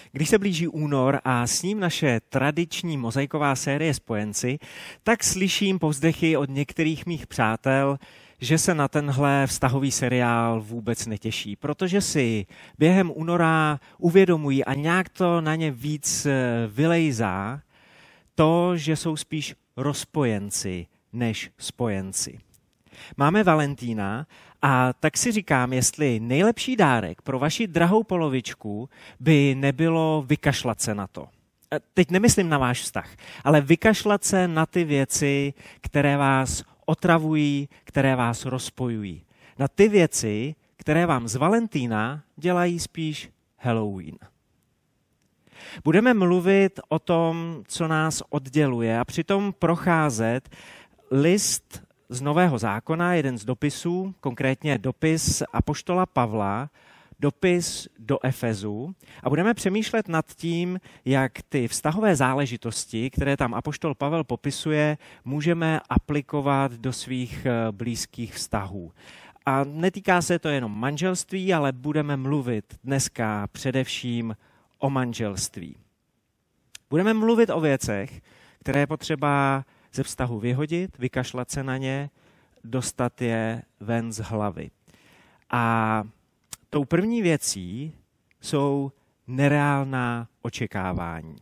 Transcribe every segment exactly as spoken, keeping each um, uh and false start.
Když se blíží únor a s ním naše tradiční mozaiková série Spojenci, tak slyším povzdechy od některých mých přátel, že se na tenhle vztahový seriál vůbec netěší, protože si během února uvědomují a nějak to na ně víc vylejzá to, že jsou spíš rozpojenci než spojenci. Máme Valentína a tak si říkám, jestli nejlepší dárek pro vaši drahou polovičku by nebylo vykašlat se na to. Teď nemyslím na váš vztah, ale vykašlat se na ty věci, které vás otravují, které vás rozpojují. Na ty věci, které vám z Valentína dělají spíš Halloween. Budeme mluvit o tom, co nás odděluje a přitom procházet list z Nového zákona, jeden z dopisů, konkrétně dopis apoštola Pavla, dopis do Efezu a budeme přemýšlet nad tím, jak ty vztahové záležitosti, které tam apoštol Pavel popisuje, můžeme aplikovat do svých blízkých vztahů. A netýká se to jenom manželství, ale budeme mluvit dneska především o manželství. Budeme mluvit o věcech, které je potřeba ze vztahu vyhodit, vykašlat se na ně, dostat je ven z hlavy. A tou první věcí jsou nereálná očekávání.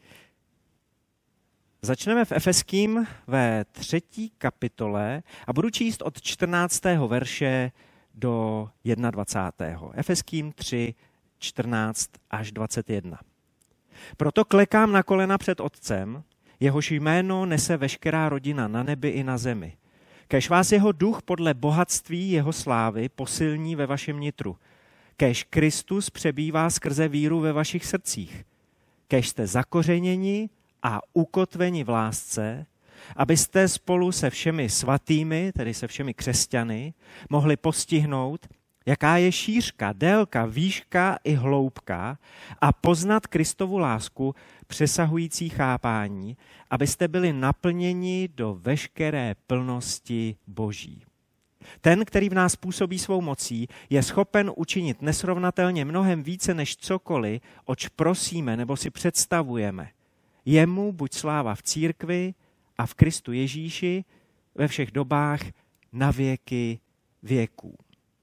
Začneme v Efeským ve třetí kapitole a budu číst od čtrnáctého verše do dvacátého prvního Efeským tři, čtrnáct až dvacet jedna. Proto klekám na kolena před Otcem, jehož jméno nese veškerá rodina na nebi i na zemi. Kéž vás jeho duch podle bohatství jeho slávy posilní ve vašem nitru. Kéž Kristus přebývá skrze víru ve vašich srdcích. Kéž jste zakořeněni a ukotveni v lásce, abyste spolu se všemi svatými, tedy se všemi křesťany, mohli postihnout, jaká je šířka, délka, výška i hloubka a poznat Kristovu lásku přesahující chápání, abyste byli naplněni do veškeré plnosti Boží. Ten, který v nás působí svou mocí, je schopen učinit nesrovnatelně mnohem více než cokoliv, oč prosíme nebo si představujeme. Jemu buď sláva v církvi a v Kristu Ježíši ve všech dobách na věky věků.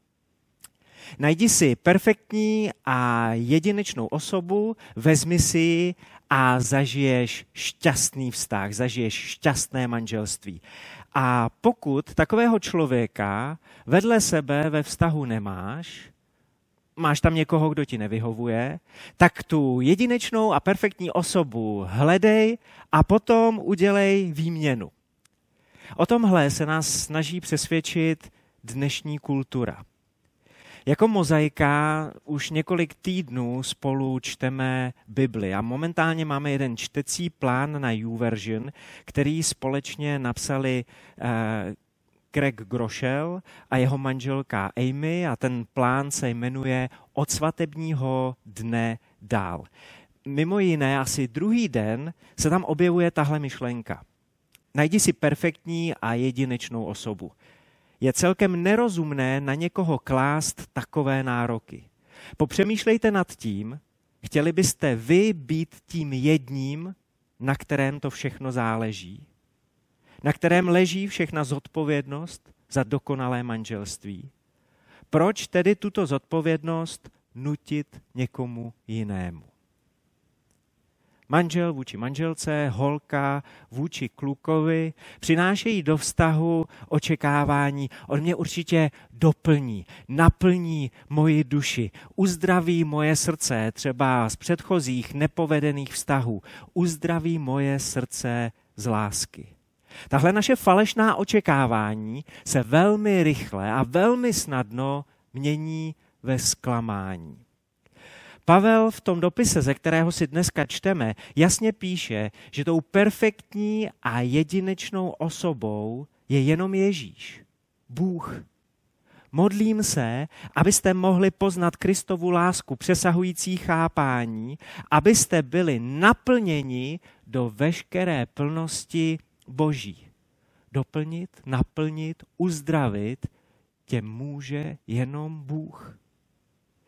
Najdi si perfektní a jedinečnou osobu, vezmi si ji a zažiješ šťastný vztah, zažiješ šťastné manželství. A pokud takového člověka vedle sebe ve vztahu nemáš, máš tam někoho, kdo ti nevyhovuje, tak tu jedinečnou a perfektní osobu hledej a potom udělej výměnu. O tomhle se nás snaží přesvědčit dnešní kultura. Jako mozaika už několik týdnů spolu čteme Bibli a momentálně máme jeden čtecí plán na YouVersion, který společně napsali eh, Craig Groeschel a jeho manželka Amy a ten plán se jmenuje Od svatebního dne dál. Mimo jiné asi druhý den se tam objevuje tahle myšlenka. Najdi si perfektní a jedinečnou osobu. Je celkem nerozumné na někoho klást takové nároky. Popřemýšlejte nad tím, chtěli byste vy být tím jedním, na kterém to všechno záleží, na kterém leží všechna zodpovědnost za dokonalé manželství. Proč tedy tuto zodpovědnost nutit někomu jinému? Manžel vůči manželce, holka vůči klukovi přinášejí do vztahu očekávání. On mě určitě doplní, naplní moji duši, uzdraví moje srdce, třeba z předchozích nepovedených vztahů, uzdraví moje srdce z lásky. Tahle naše falešná očekávání se velmi rychle a velmi snadno mění ve zklamání. Pavel v tom dopise, ze kterého si dneska čteme, jasně píše, že tou perfektní a jedinečnou osobou je jenom Ježíš, Bůh. Modlím se, abyste mohli poznat Kristovu lásku přesahující chápání, abyste byli naplněni do veškeré plnosti Boží. Doplnit, naplnit, uzdravit tě může jenom Bůh.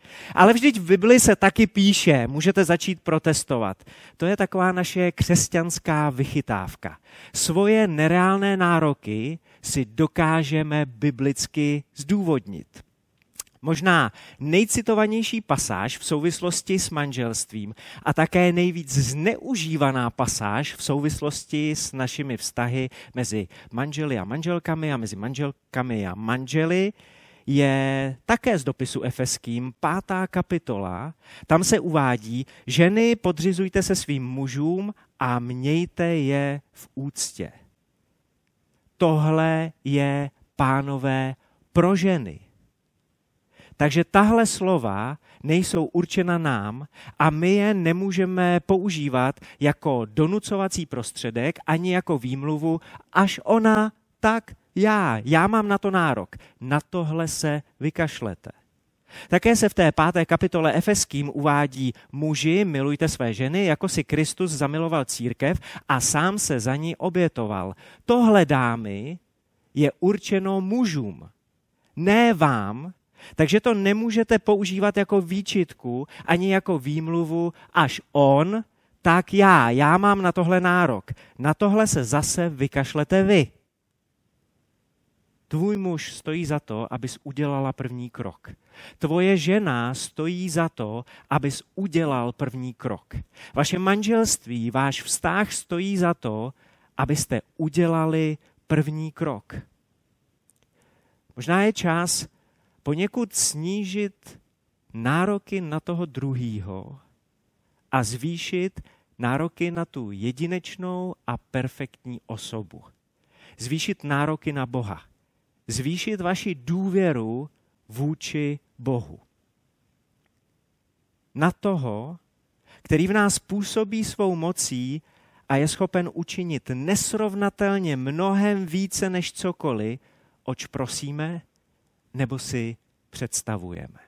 Ale vždyť v Bibli se taky píše, můžete začít protestovat. To je taková naše křesťanská vychytávka. Svoje nereálné nároky si dokážeme biblicky zdůvodnit. Možná nejcitovanější pasáž v souvislosti s manželstvím a také nejvíc zneužívaná pasáž v souvislosti s našimi vztahy mezi manželi a manželkami a mezi manželkami a manželi je také z dopisu Efeským, pátá kapitola. Tam se uvádí, ženy podřizujte se svým mužům a mějte je v úctě. Tohle je, pánové, pro ženy. Takže tahle slova nejsou určena nám a my je nemůžeme používat jako donucovací prostředek ani jako výmluvu, až ona, tak já, já mám na to nárok. Na tohle se vykašlete. Také se v té páté kapitole Efeským uvádí: muži, milujte své ženy, jako si Kristus zamiloval církev a sám se za ní obětoval. Tohle, dámy, je určeno mužům, ne vám, takže to nemůžete používat jako výčitku ani jako výmluvu, až on, tak já, já mám na tohle nárok. Na tohle se zase vykašlete vy. Tvůj muž stojí za to, abys udělala první krok. Tvoje žena stojí za to, abys udělal první krok. Vaše manželství, váš vztah stojí za to, abyste udělali první krok. Možná je čas poněkud snížit nároky na toho druhýho a zvýšit nároky na tu jedinečnou a perfektní osobu. Zvýšit nároky na Boha. Zvýšit vaši důvěru vůči Bohu. Na toho, který v nás působí svou mocí a je schopen učinit nesrovnatelně mnohem více než cokoliv, oč prosíme nebo si představujeme.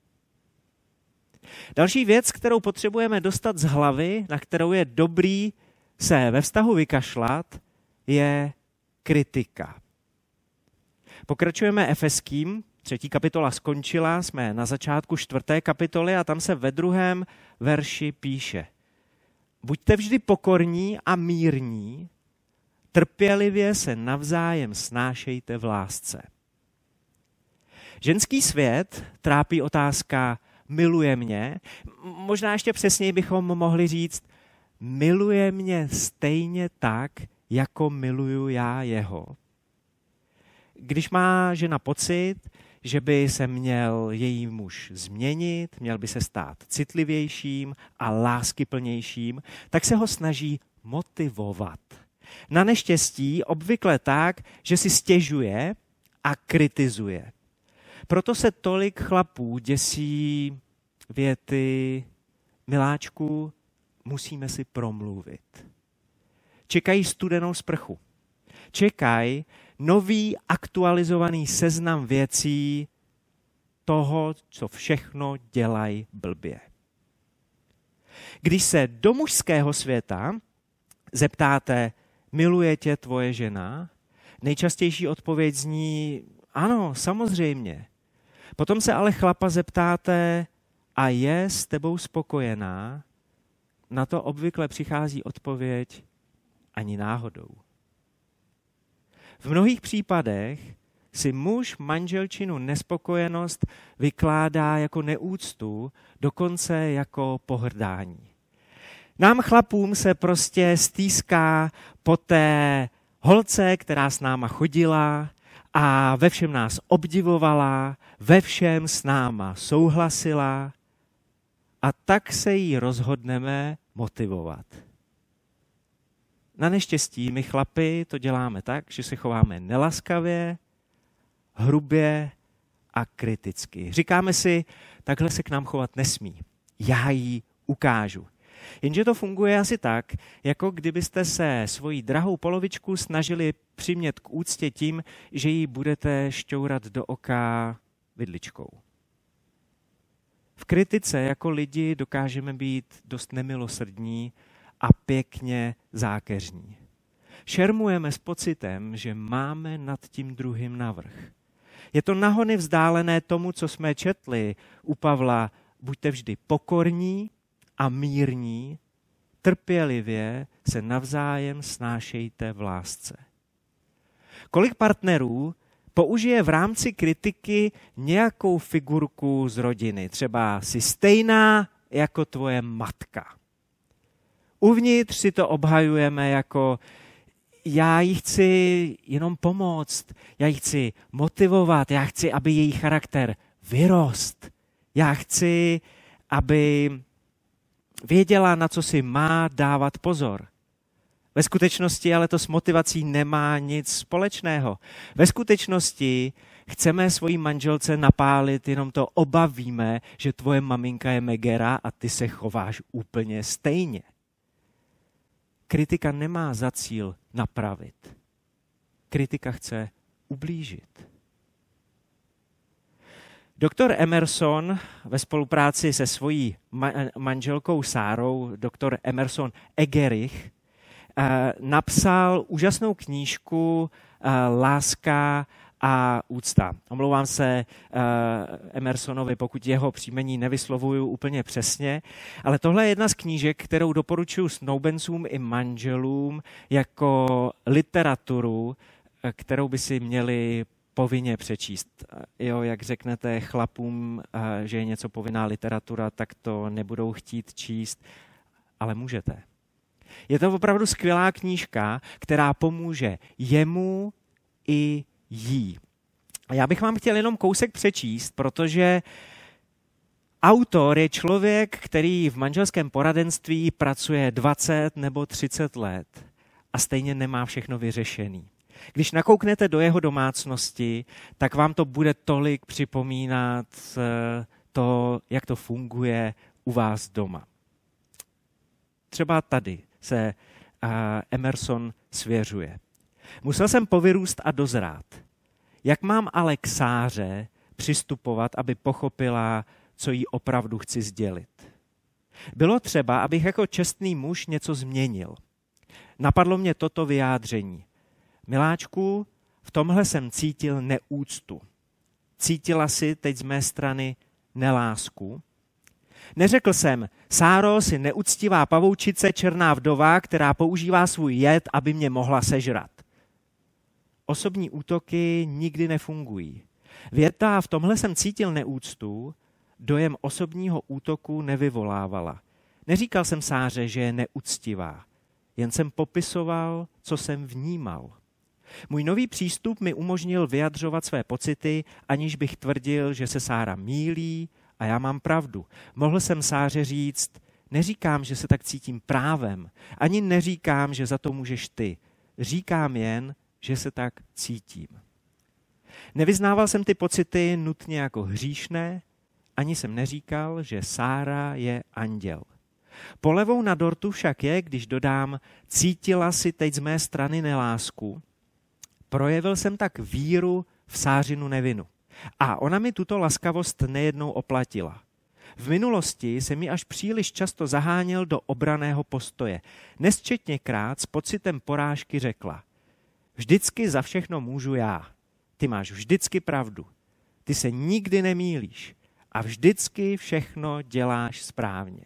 Další věc, kterou potřebujeme dostat z hlavy, na kterou je dobrý se ve vztahu vykašlat, je kritika. Pokračujeme Efeským, třetí kapitola skončila, jsme na začátku čtvrté kapitoly a tam se ve druhém verši píše: buďte vždy pokorní a mírní, trpělivě se navzájem snášejte v lásce. Ženský svět trápí otázka miluje mě. Možná ještě přesněji bychom mohli říct miluje mě stejně tak, jako miluju já jeho. Když má žena pocit, že by se měl její muž změnit, měl by se stát citlivějším a láskyplnějším, tak se ho snaží motivovat. Na neštěstí obvykle tak, že si stěžuje a kritizuje. Proto se tolik chlapů děsí věty miláčku, musíme si promluvit. Čekají studenou sprchu. Čekají nový aktualizovaný seznam věcí toho, co všechno dělají blbě. Když se do mužského světa zeptáte, miluje tě tvoje žena, nejčastější odpověď zní ano, samozřejmě. Potom se ale chlapa zeptáte, a je s tebou spokojená? Na to obvykle přichází odpověď ani náhodou. V mnohých případech si muž manželčinu nespokojenost vykládá jako neúctu, dokonce jako pohrdání. Nám chlapům se prostě stýská po té holce, která s náma chodila a ve všem nás obdivovala, ve všem s náma souhlasila a tak se jí rozhodneme motivovat. Na neštěstí my chlapi to děláme tak, že se chováme nelaskavě, hrubě a kriticky. Říkáme si, takhle se k nám chovat nesmí. Já jí ukážu. Jenže to funguje asi tak, jako kdybyste se svoji drahou polovičku snažili přimět k úctě tím, že ji budete šťourat do oka vidličkou. V kritice jako lidi dokážeme být dost nemilosrdní a pěkně zákeřní. Šermujeme s pocitem, že máme nad tím druhým navrch. Je to nahony vzdálené tomu, co jsme četli u Pavla. Buďte vždy pokorní a mírní, trpělivě se navzájem snášejte v lásce. Kolik partnerů použije v rámci kritiky nějakou figurku z rodiny, třeba jsi stejná jako tvoje matka. Uvnitř si to obhajujeme jako já jí chci jenom pomoct, já jí chci motivovat, já chci, aby její charakter vyrost. Já chci, aby věděla, na co si má dávat pozor. Ve skutečnosti ale to s motivací nemá nic společného. Ve skutečnosti chceme svojí manželce napálit, jenom to oba víme, že tvoje maminka je megera a ty se chováš úplně stejně. Kritika nemá za cíl napravit. Kritika chce ublížit. Doktor Emerson ve spolupráci se svojí manželkou Sárou, doktor Emerson Egerich, napsal úžasnou knížku Láska a úcta. Omlouvám se Emersonovi, pokud jeho příjmení nevyslovuju úplně přesně, ale tohle je jedna z knížek, kterou doporučuji snoubencům i manželům jako literaturu, kterou by si měli povinně přečíst. Jo, jak řeknete chlapům, že je něco povinná literatura, tak to nebudou chtít číst, ale můžete. Je to opravdu skvělá knížka, která pomůže jemu i jí. A já bych vám chtěl jenom kousek přečíst, protože autor je člověk, který v manželském poradenství pracuje dvacet nebo třicet let a stejně nemá všechno vyřešený. Když nakouknete do jeho domácnosti, tak vám to bude tolik připomínat to, jak to funguje u vás doma. Třeba tady se Emerson svěřuje. Musel jsem povyrůst a dozrát. Jak mám ale k Sáře přistupovat, aby pochopila, co jí opravdu chci sdělit? Bylo třeba, abych jako čestný muž něco změnil. Napadlo mě toto vyjádření. Miláčku, v tomhle jsem cítil neúctu. Cítila si teď z mé strany nelásku. Neřekl jsem, Sáro, jsi neuctivá pavoučice, černá vdova, která používá svůj jed, aby mě mohla sežrat. Osobní útoky nikdy nefungují. Věta, v tomhle jsem cítil neúctu, dojem osobního útoku nevyvolávala. Neříkal jsem Sáře, že je neúctivá, jen jsem popisoval, co jsem vnímal. Můj nový přístup mi umožnil vyjadřovat své pocity, aniž bych tvrdil, že se Sára mýlí a já mám pravdu. Mohl jsem Sáře říct, neříkám, že se tak cítím právem, ani neříkám, že za to můžeš ty. Říkám jen, že se tak cítím. Nevyznával jsem ty pocity nutně jako hříšné, ani jsem neříkal, že Sára je anděl. Polevou na dortu však je, když dodám, cítila si teď z mé strany nelásku, projevil jsem tak víru v Sářinu nevinu. A ona mi tuto laskavost nejednou oplatila. V minulosti se mi až příliš často zaháněl do obraného postoje. Nesčetněkrát s pocitem porážky řekla, vždycky za všechno můžu já. Ty máš vždycky pravdu. Ty se nikdy nemýlíš a vždycky všechno děláš správně.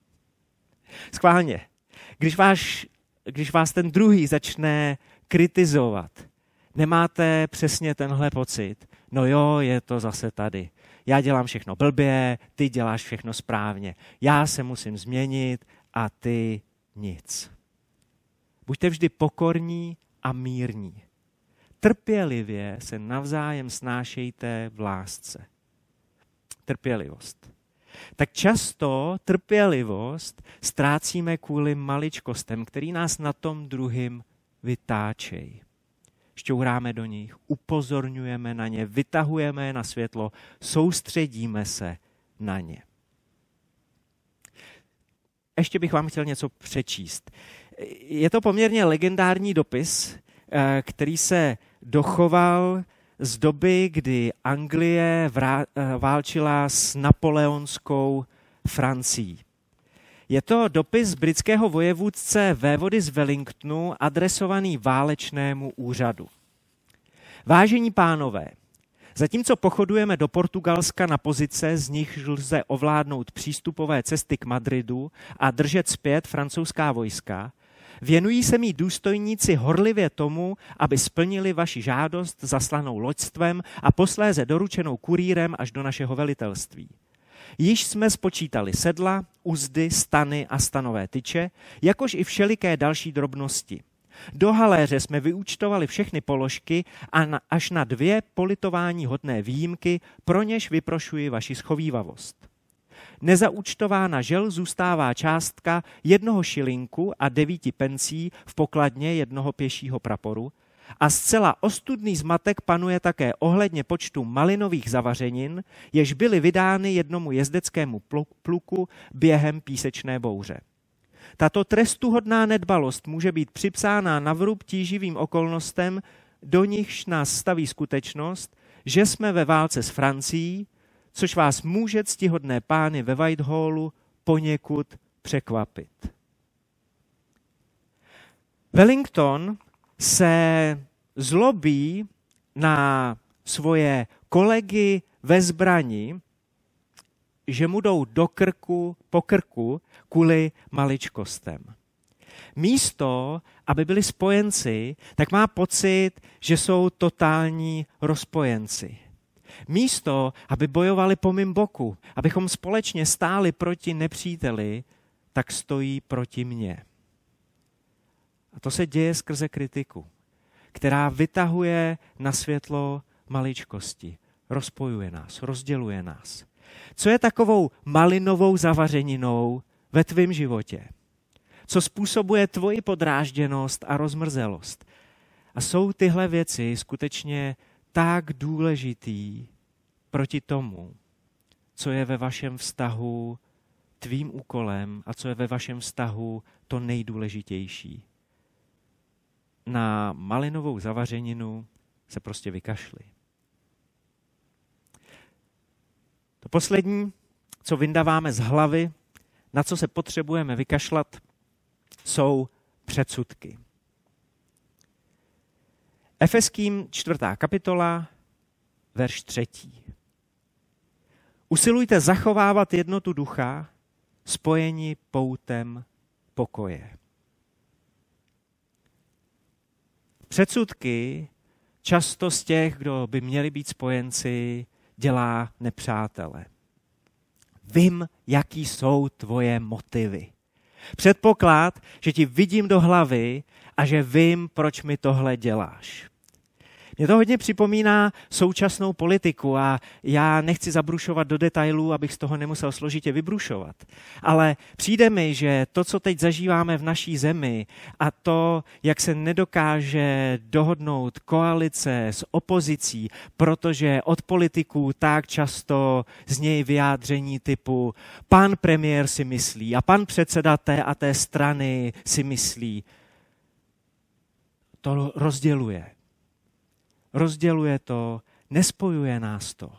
Schválně, když, váš, když vás ten druhý začne kritizovat, nemáte přesně tenhle pocit, no jo, je to zase tady. Já dělám všechno blbě, ty děláš všechno správně. Já se musím změnit a ty nic. Buďte vždy pokorní a mírní. Trpělivě se navzájem snášejte v lásce. Trpělivost. Tak často trpělivost ztrácíme kvůli maličkostem, který nás na tom druhým vytáčejí. Šťouráme do nich, upozorňujeme na ně, vytahujeme je na světlo, soustředíme se na ně. Ještě bych vám chtěl něco přečíst. Je to poměrně legendární dopis, který se dochoval z doby, kdy Anglie válčila s napoleonskou Francií. Je to dopis britského vojevůdce vévody z Wellingtonu adresovaný válečnému úřadu. Vážení pánové, Zatímco pochodujeme do Portugalska na pozice, z nich lze ovládnout přístupové cesty k Madridu a držet zpět francouzská vojska, věnují se mý důstojníci horlivě tomu, aby splnili vaši žádost zaslanou loďstvem a posléze doručenou kurýrem až do našeho velitelství. Již jsme spočítali sedla, uzdy, stany a stanové tyče, jakož i všeliké další drobnosti. Do haléře jsme vyúčtovali všechny položky a na, až na dvě politování hodné výjimky, pro něž vyprošuji vaši schovívavost. Nezaúčtována žel zůstává částka jednoho šilinku a devíti pencí v pokladně jednoho pěšího praporu a zcela ostudný zmatek panuje také ohledně počtu malinových zavařenin, jež byly vydány jednomu jezdeckému pluku během písečné bouře. Tato trestuhodná nedbalost může být připsána na vrub tíživým okolnostem, do nichž nás staví skutečnost, že jsme ve válce s Francií, což vás může ctihodné pány ve Whitehallu poněkud překvapit. Wellington se zlobí na svoje kolegy ve zbrani, že mu jdou do krku, po krku kvůli maličkostem. Místo, aby byli spojenci, tak má pocit, že jsou totální rozpojenci. Místo, aby bojovali po mým boku, abychom společně stáli proti nepříteli, tak stojí proti mně. A to se děje skrze kritiku, která vytahuje na světlo maličkosti, rozpojuje nás, rozděluje nás. Co je takovou malinovou zavařeninou ve tvém životě? Co způsobuje tvoji podrážděnost a rozmrzelost? A jsou tyhle věci skutečně tak důležitý proti tomu, co je ve vašem vztahu tvým úkolem a co je ve vašem vztahu to nejdůležitější. Na malinovou zavařeninu se prostě vykašli. To poslední, co vyndáváme z hlavy, na co se potřebujeme vykašlat, jsou předsudky. Efeským čtvrtá kapitola, verš třetí. Usilujte zachovávat jednotu ducha, spojeni poutem pokoje. Předsudky často z těch, kdo by měli být spojenci, dělá nepřátele. Vím, jaký jsou tvoje motivy. Předpoklad, že ti vidím do hlavy a že vím, proč mi tohle děláš. Mě to hodně připomíná současnou politiku a já nechci zabrušovat do detailů, abych z toho nemusel složitě vybrušovat. Ale přijde mi, že to, co teď zažíváme v naší zemi a to, jak se nedokáže dohodnout koalice s opozicí, protože od politiků tak často znějí vyjádření typu pan premiér si myslí a pan předseda té a té strany si myslí, to rozděluje. Rozděluje to, nespojuje nás to.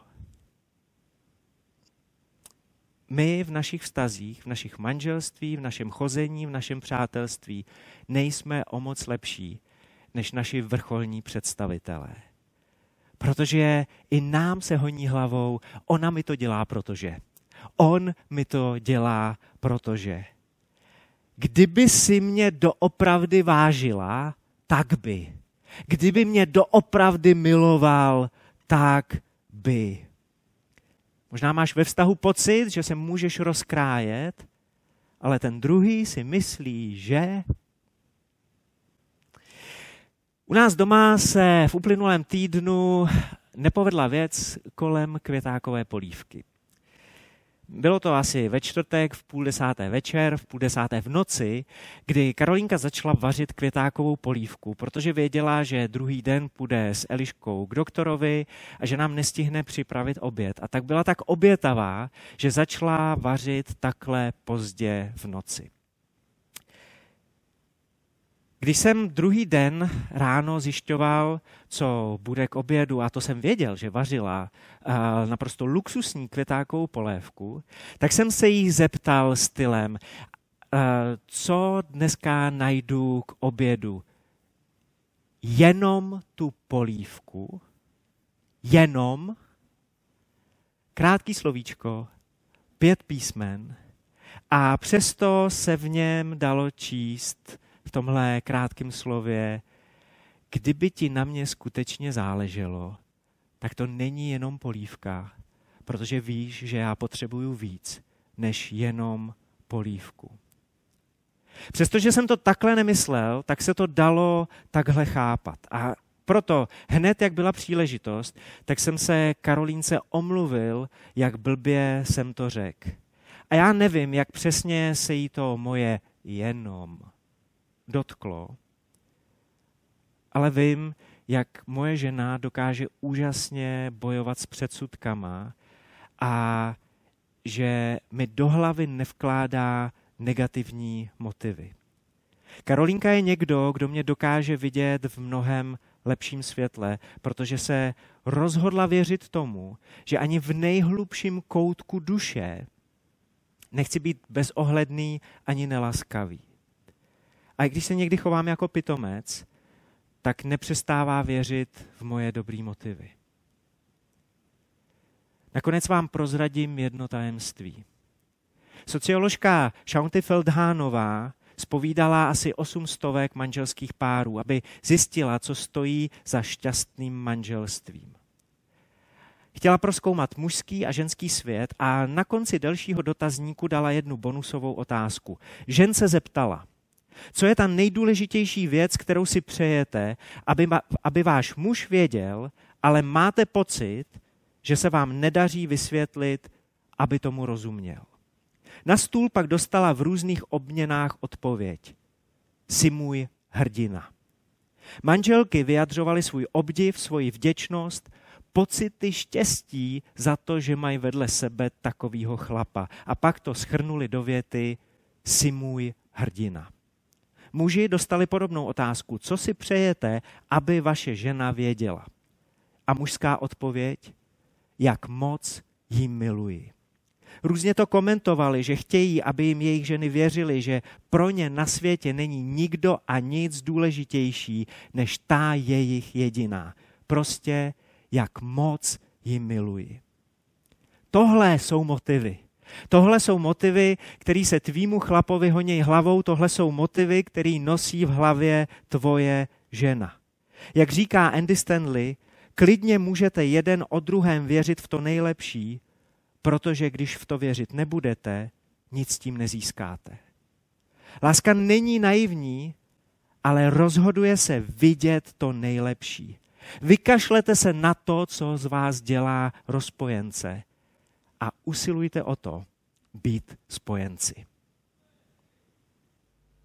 My v našich vztazích, v našich manželství, v našem chození, v našem přátelství nejsme o moc lepší než naši vrcholní představitelé. Protože i nám se honí hlavou, ona mi to dělá, protože. On mi to dělá, protože. Kdyby si mě doopravdy vážila, tak by. Kdyby mě doopravdy miloval, tak by. Možná máš ve vztahu pocit, že se můžeš rozkrájet, ale ten druhý si myslí, že... U nás doma se v uplynulém týdnu nepovedla věc kolem květákové polívky. Bylo to asi ve čtvrtek v půl desáté večer, v půl desáté v noci, kdy Karolínka začala vařit květákovou polívku, protože věděla, že druhý den půjde s Eliškou k doktorovi a že nám nestihne připravit oběd. A tak byla tak obětavá, že začala vařit takhle pozdě v noci. Když jsem druhý den ráno zjišťoval, co bude k obědu, a to jsem věděl, že vařila uh, naprosto luxusní květákovou polévku, tak jsem se jí zeptal stylem, uh, co dneska najdu k obědu. Jenom tu polívku? jenom, krátký slovíčko, pět písmen, a přesto se v něm dalo číst v tomhle krátkém slově: kdyby ti na mě skutečně záleželo, tak to není jenom polívka, protože víš, že já potřebuju víc než jenom polívku. Přestože jsem to takhle nemyslel, tak se to dalo takhle chápat. A proto hned, jak byla příležitost, tak jsem se Karolínce omluvil, jak blbě jsem to řekl. A já nevím, jak přesně se jí to moje jenom dotklo, ale vím, jak moje žena dokáže úžasně bojovat s předsudkama a že mi do hlavy nevkládá negativní motivy. Karolínka je někdo, kdo mě dokáže vidět v mnohem lepším světle, protože se rozhodla věřit tomu, že ani v nejhlubším koutku duše nechci být bezohledný ani nelaskavý. A i když se někdy chovám jako pitomec, tak nepřestává věřit v moje dobré motivy. Nakonec vám prozradím jedno tajemství. Socioložka Shaunti Feldhanová zpovídala asi osm stovek manželských párů, aby zjistila, co stojí za šťastným manželstvím. Chtěla prozkoumat mužský a ženský svět a na konci delšího dotazníku dala jednu bonusovou otázku. Žen se zeptala: co je ta nejdůležitější věc, kterou si přejete, aby, aby váš muž věděl, ale máte pocit, že se vám nedaří vysvětlit, aby tomu rozuměl. Na stůl pak dostala v různých obměnách odpověď: jsi můj hrdina. Manželky vyjadřovaly svůj obdiv, svoji vděčnost, pocity štěstí za to, že mají vedle sebe takovýho chlapa. A pak to shrnuli do věty: jsi můj hrdina. Muži dostali podobnou otázku: co si přejete, aby vaše žena věděla? A mužská odpověď: jak moc jí miluji. Různě to komentovali, že chtějí, aby jim jejich ženy věřily, že pro ně na světě není nikdo a nic důležitější, než ta jejich jediná. Prostě jak moc ji miluji. Tohle jsou motivy. Tohle jsou motivy, které se tvýmu chlapovi honí hlavou, tohle jsou motivy, které nosí v hlavě tvoje žena. Jak říká Andy Stanley, klidně můžete jeden o druhém věřit v to nejlepší, protože když v to věřit nebudete, nic s tím nezískáte. Láska není naivní, ale rozhoduje se vidět to nejlepší. Vykašlete se na to, co z vás dělá rozpojence, a usilujte o to být spojenci.